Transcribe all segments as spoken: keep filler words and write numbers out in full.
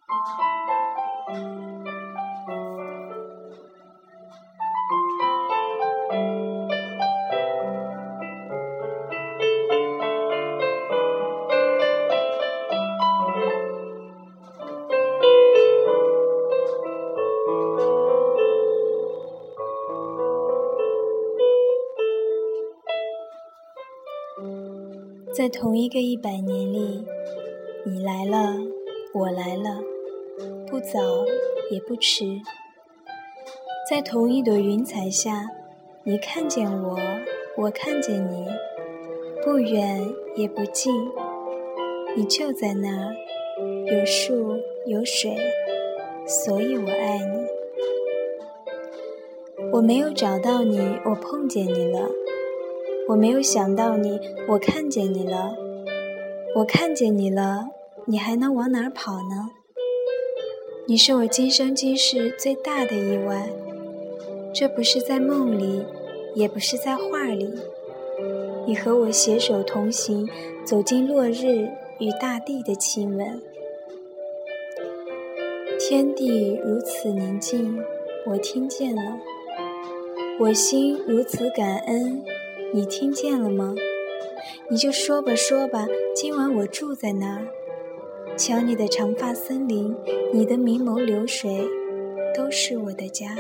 在同一个一百年里，你来了，我来了，不早也不迟。在同一朵云彩下，你看见我，我看见你，不远也不近，你就在那儿，有树有水，所以我爱你。我没有找到你，我碰见你了。我没有想到你，我看见你了。我看见你了，你还能往哪儿跑呢？你是我今生今世最大的意外，这不是在梦里，也不是在画里。你和我携手同行，走进落日与大地的亲吻。天地如此宁静，我听见了。我心如此感恩，你听见了吗？你就说吧说吧，今晚我住在那儿。瞧你的长发森林，你的明眸流水，都是我的家。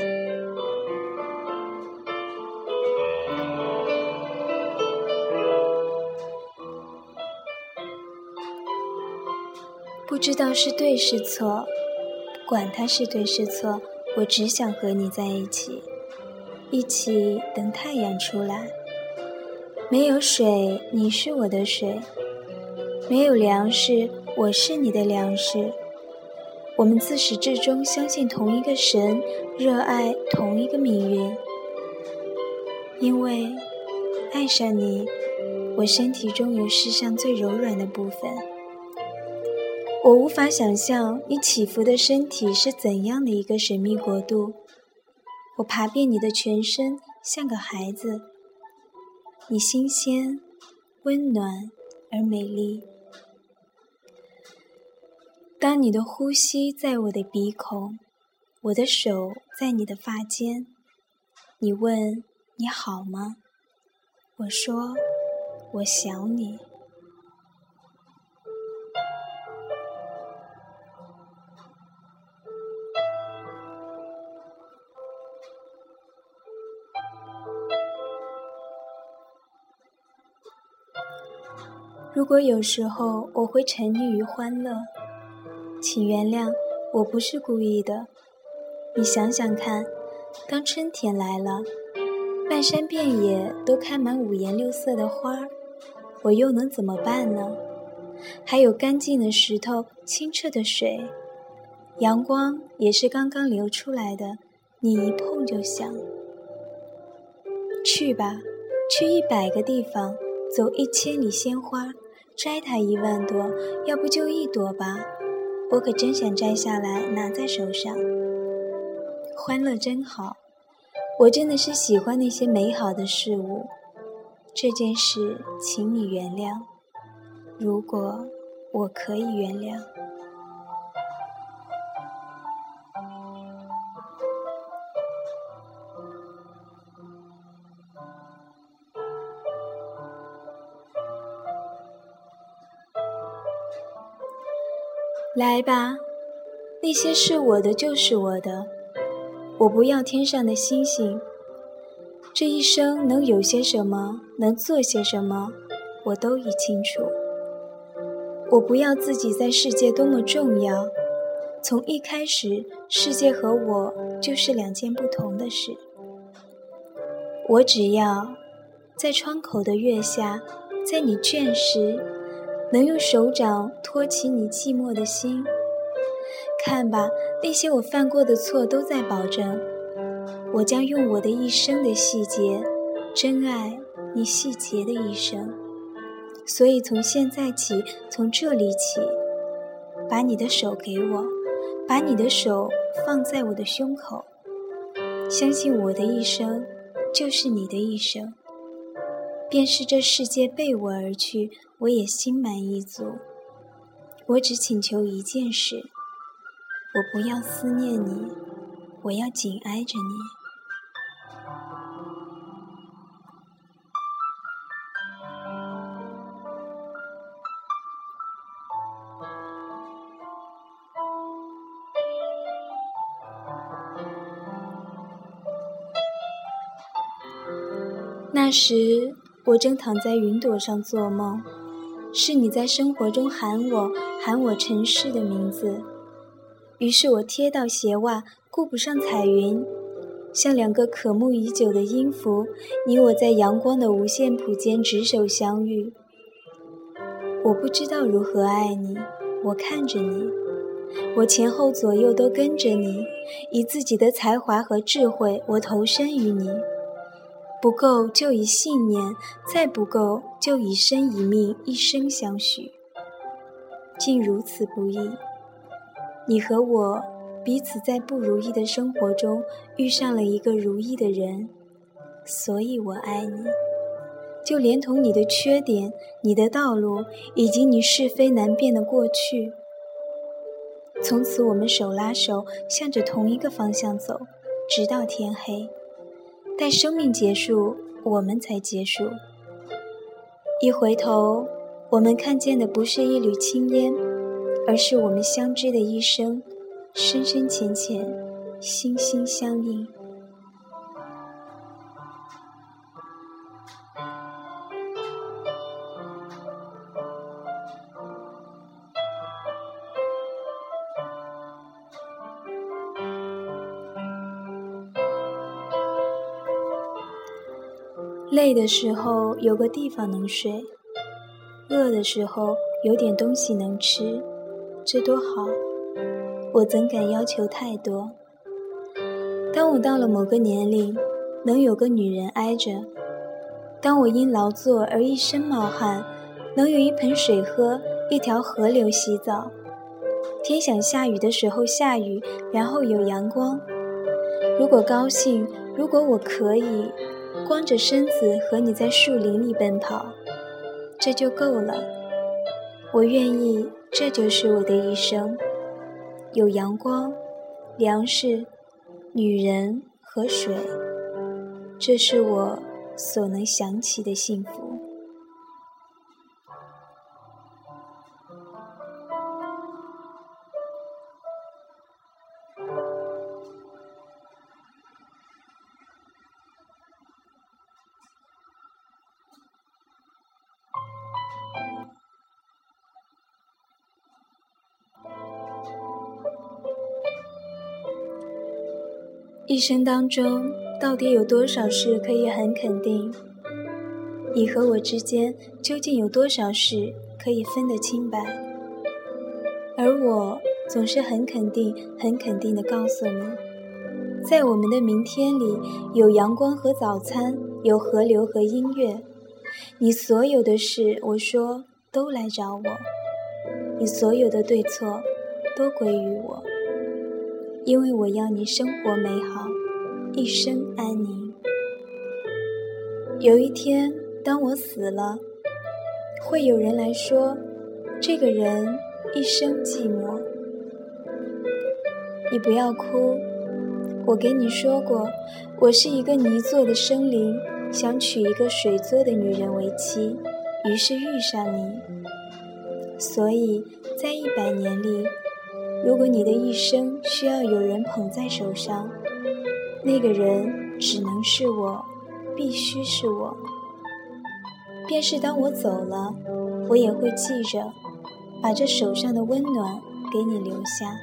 不知道是对是错，不管它是对是错，我只想和你在一起，一起等太阳出来。没有水，你是我的水；没有粮食，我是你的粮食。我们自始至终相信同一个神，热爱同一个命运。因为爱上你，我身体中有世上最柔软的部分。我无法想象你起伏的身体是怎样的一个神秘国度。我爬遍你的全身，像个孩子。你新鲜、温暖而美丽。当你的呼吸在我的鼻孔，我的手在你的发间，你问你好吗？我说我想你。如果有时候我会沉溺于欢乐，请原谅，我不是故意的。你想想看，当春天来了，漫山遍野都开满五颜六色的花，我又能怎么办呢？还有干净的石头，清澈的水，阳光也是刚刚流出来的，你一碰就想。去吧，去一百个地方，走一千里鲜花，摘它一万朵，要不就一朵吧，我可真想摘下来拿在手上。欢乐真好，我真的是喜欢那些美好的事物。这件事请你原谅，如果我可以原谅。来吧，那些是我的就是我的，我不要天上的星星。这一生能有些什么，能做些什么，我都已清楚。我不要自己在世界多么重要，从一开始，世界和我就是两件不同的事。我只要在窗口的月下，在你倦时，能用手掌托起你寂寞的心。看吧，那些我犯过的错都在保证，我将用我的一生的细节，珍爱你细节的一生。所以从现在起，从这里起，把你的手给我，把你的手放在我的胸口，相信我的一生就是你的一生，便是这世界背我而去，我也心满意足。我只请求一件事， 我不要思念你，我要紧挨着你。那时我正躺在云朵上做梦，是你在生活中喊我，喊我城市的名字。于是我贴到鞋袜，顾不上彩云，像两个渴慕已久的音符，你我在阳光的无限谱间执手相遇。我不知道如何爱你，我看着你，我前后左右都跟着你，以自己的才华和智慧，我投身于你。不够就以信念，再不够就以身以命，一生相许。竟如此不易，你和我彼此在不如意的生活中遇上了一个如意的人，所以我爱你，就连同你的缺点，你的道路，以及你是非难辨的过去。从此我们手拉手，向着同一个方向走，直到天黑。待生命结束，我们才结束。一回头，我们看见的不是一缕青烟，而是我们相知的一生，深深浅浅，心心相印。累的时候有个地方能睡，饿的时候有点东西能吃，这多好，我怎敢要求太多。当我到了某个年龄，能有个女人挨着；当我因劳作而一身冒汗，能有一盆水喝，一条河流洗澡。天想下雨的时候下雨，然后有阳光。如果高兴，如果我可以光着身子和你在树林里奔跑，这就够了。我愿意，这就是我的一生，有阳光、粮食、女人和水，这是我所能想起的幸福。一生当中，到底有多少事可以很肯定？你和我之间究竟有多少事可以分得清白？而我总是很肯定、很肯定地告诉你，在我们的明天里，有阳光和早餐，有河流和音乐。你所有的事，我说都来找我；你所有的对错，都归于我。因为我要你生活美好，一生安宁。有一天，当我死了，会有人来说，这个人一生寂寞。你不要哭，我给你说过，我是一个泥做的生灵，想娶一个水做的女人为妻，于是遇上你。所以在一百年里，如果你的一生需要有人捧在手上，那个人只能是我，必须是我。便是当我走了，我也会记着，把这手上的温暖给你留下。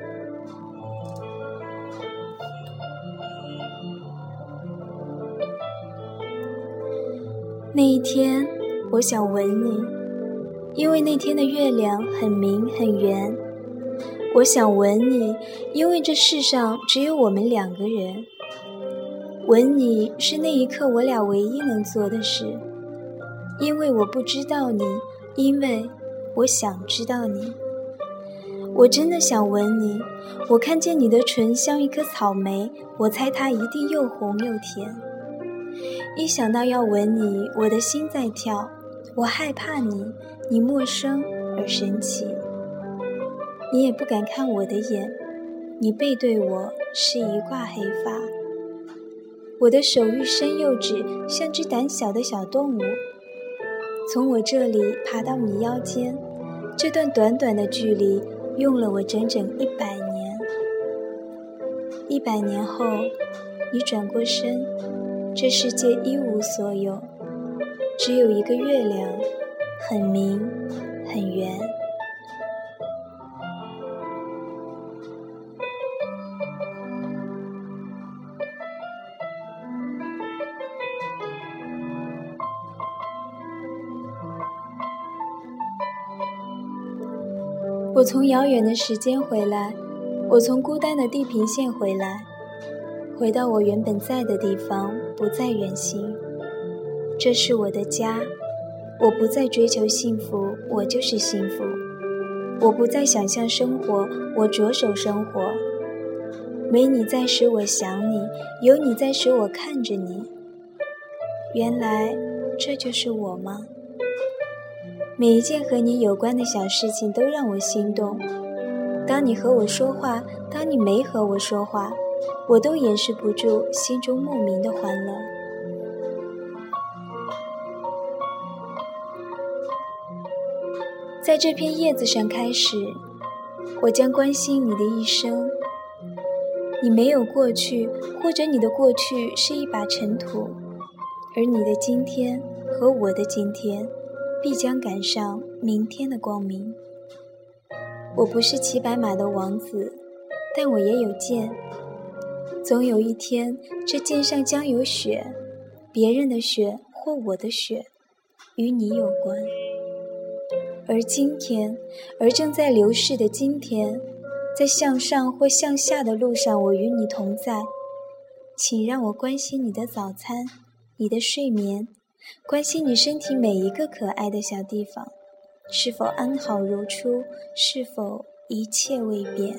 那一天，我想吻你，因为那天的月亮很明很圆。我想吻你，因为这世上只有我们两个人。吻你是那一刻我俩唯一能做的事，因为我不知道你，因为我想知道你。我真的想吻你，我看见你的唇像一颗草莓，我猜它一定又红又甜。一想到要吻你，我的心在跳，我害怕你，你陌生而神奇。你也不敢看我的眼， 你背对我是一挂黑发。我的手欲伸又直，像只胆小的小动物，从我这里爬到你腰间，这段短短的距离用了我整整一百年。一百年后，你转过身，这世界一无所有，只有一个月亮，很明，很圆。我从遥远的时间回来，我从孤单的地平线回来，回到我原本在的地方，不再远行。这是我的家，我不再追求幸福，我就是幸福。我不再想象生活，我着手生活。没你在时我想你，有你在时我看着你。原来这就是我吗？每一件和你有关的小事情都让我心动。当你和我说话，当你没和我说话，我都掩饰不住心中莫名的欢乐。在这片叶子上开始，我将关心你的一生。你没有过去，或者你的过去是一把尘土，而你的今天和我的今天必将赶上明天的光明。我不是骑白马的王子，但我也有剑。总有一天，这剑上将有血，别人的血或我的血，与你有关。而今天，而正在流逝的今天，在向上或向下的路上，我与你同在。请让我关心你的早餐，你的睡眠，关心你身体每一个可爱的小地方，是否安好如初，是否一切未变。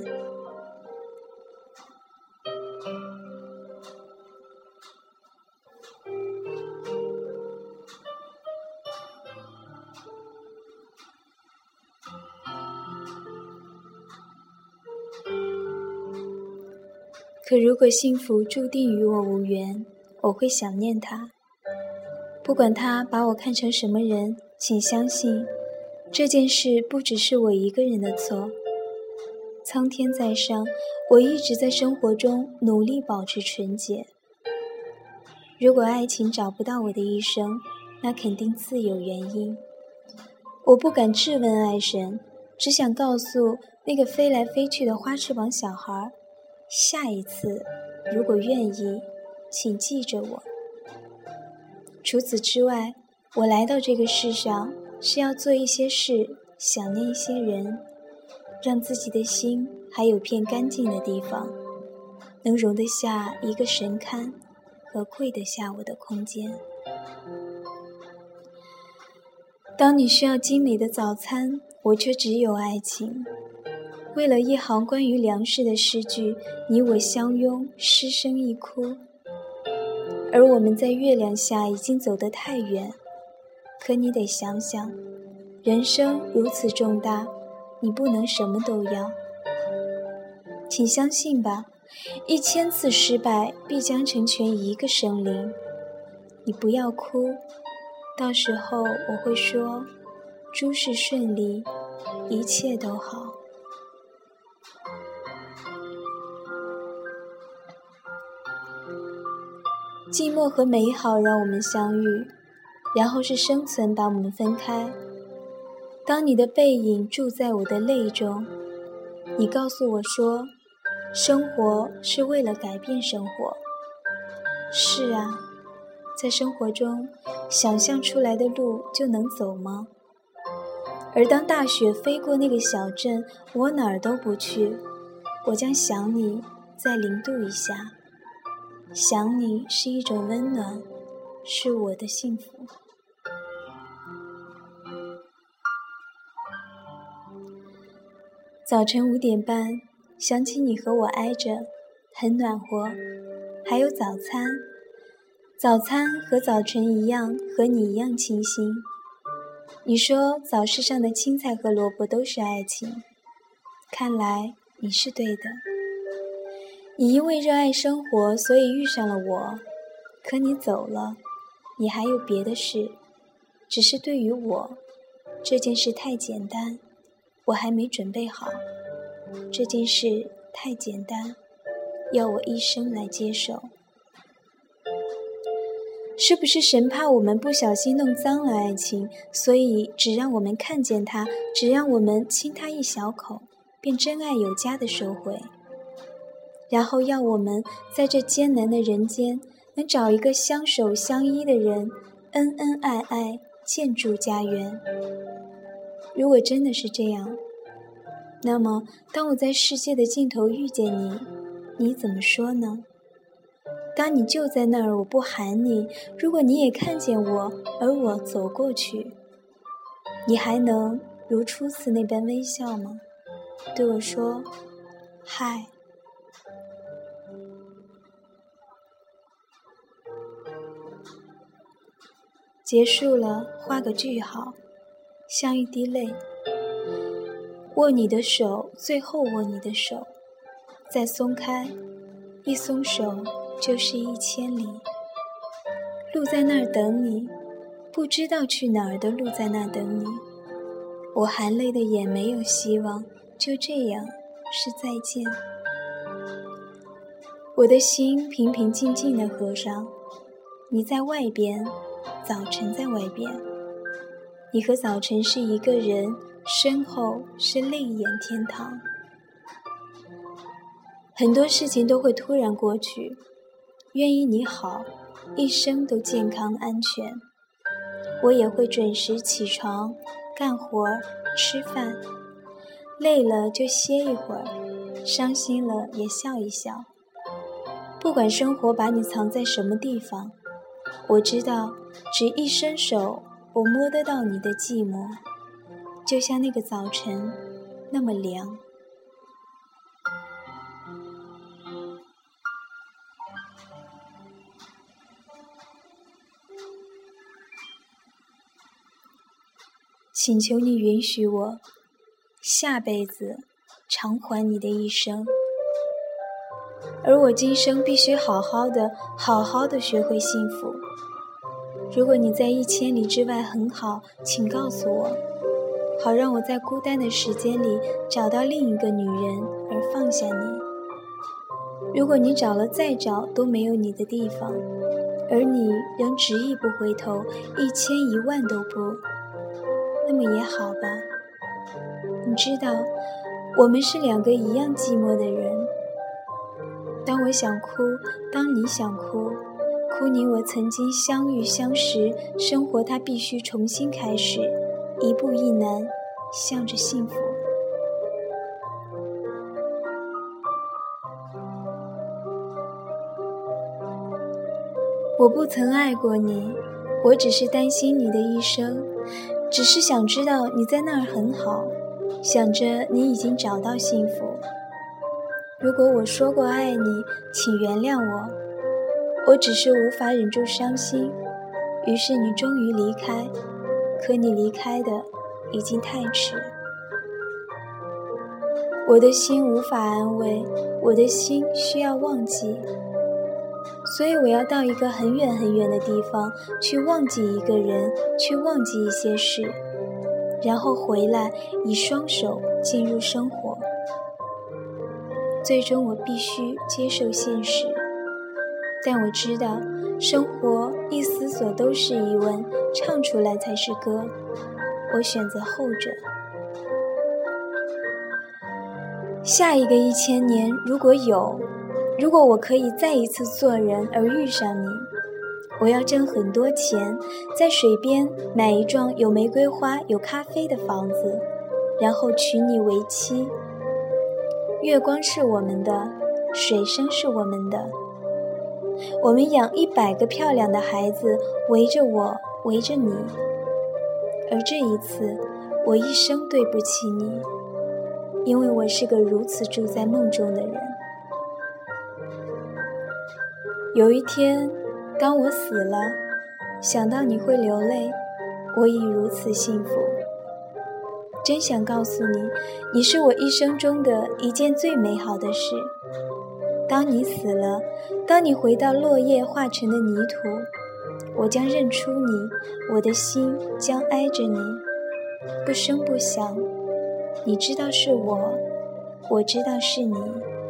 可如果幸福注定与我无缘，我会想念它。不管他把我看成什么人，请相信，这件事不只是我一个人的错。苍天在上，我一直在生活中努力保持纯洁。如果爱情找不到我的一生，那肯定自有原因。我不敢质问爱神，只想告诉那个飞来飞去的花翅膀小孩，下一次，如果愿意，请记着我。除此之外，我来到这个世上是要做一些事，想念一些人，让自己的心还有片干净的地方，能容得下一个神龛和跪得下我的空间。当你需要精美的早餐，我却只有爱情。为了一行关于粮食的诗句，你我相拥，失声一哭。而我们在月亮下已经走得太远，可你得想想，人生如此重大，你不能什么都要。请相信吧，一千次失败必将成全一个生灵。你不要哭，到时候我会说，诸事顺利，一切都好。寂寞和美好让我们相遇，然后是生存把我们分开。当你的背影住在我的泪中，你告诉我说，生活是为了改变生活。是啊，在生活中，想象出来的路就能走吗？而当大雪飞过那个小镇，我哪儿都不去，我将想你再零度一下。想你是一种温暖，是我的幸福。早晨五点半，想起你和我挨着，很暖和。还有早餐，早餐和早晨一样，和你一样清新。你说早市上的青菜和萝卜都是爱情，看来你是对的。 你因为热爱生活，所以遇上了我，可你走了，你还有别的事，只是对于我，这件事太简单，我还没准备好，这件事太简单，要我一生来接受。是不是神怕我们不小心弄脏了爱情，所以只让我们看见它，只让我们亲它一小口，便真爱有加的收回，然后要我们在这艰难的人间能找一个相守相依的人，恩恩爱爱，建筑家园。如果真的是这样，那么当我在世界的尽头遇见你，你怎么说呢？当你就在那儿，我不喊你，如果你也看见我，而我走过去，你还能如初次那般微笑吗？对我说嗨。结束了，画个句号，像一滴泪。握你的手，最后握你的手，再松开，一松手就是一千里。路在那儿等你，不知道去哪儿的路在那儿等你。我含泪的眼没有希望，就这样是再见。我的心平平静静的合上，你在外边，早晨在外边，你和早晨是一个人，身后是另一眼天堂。很多事情都会突然过去，愿意你好，一生都健康安全。我也会准时起床，干活，吃饭，累了就歇一会儿，伤心了也笑一笑。不管生活把你藏在什么地方，我知道只一伸手，我摸得到你的寂寞，就像那个早晨那么凉。请求你允许我下辈子偿还你的一生，而我今生必须好好的好好的学会幸福。如果你在一千里之外很好，请告诉我，好让我在孤单的时间里找到另一个女人而放下你。如果你找了再找都没有你的地方，而你仍执意不回头，一千一万都不，那么也好吧。你知道，我们是两个一样寂寞的人。当我想哭，当你想哭，哭你我曾经相遇相识，生活它必须重新开始，一步一难，向着幸福。我不曾爱过你，我只是担心你的一生，只是想知道你在那儿很好，想着你已经找到幸福。如果我说过爱你，请原谅我，我只是无法忍住伤心，于是你终于离开，可你离开的已经太迟。我的心无法安慰，我的心需要忘记，所以我要到一个很远很远的地方，去忘记一个人，去忘记一些事，然后回来，以双手进入生活。最终我必须接受现实，但我知道生活一思索都是疑问，唱出来才是歌，我选择后者。下一个一千年，如果有如果我可以再一次做人而遇上你，我要挣很多钱，在水边买一幢有玫瑰花有咖啡的房子，然后娶你为妻。月光是我们的，水声是我们的，我们养一百个漂亮的孩子，围着我，围着你。而这一次，我一生对不起你，因为我是个如此住在梦中的人。有一天，当我死了，想到你会流泪，我已如此幸福。真想告诉你，你是我一生中的一件最美好的事。 当你死了，当你回到落叶化成的泥土，我将认出你，我的心将挨着你，不声不响。你知道是我，我知道是你。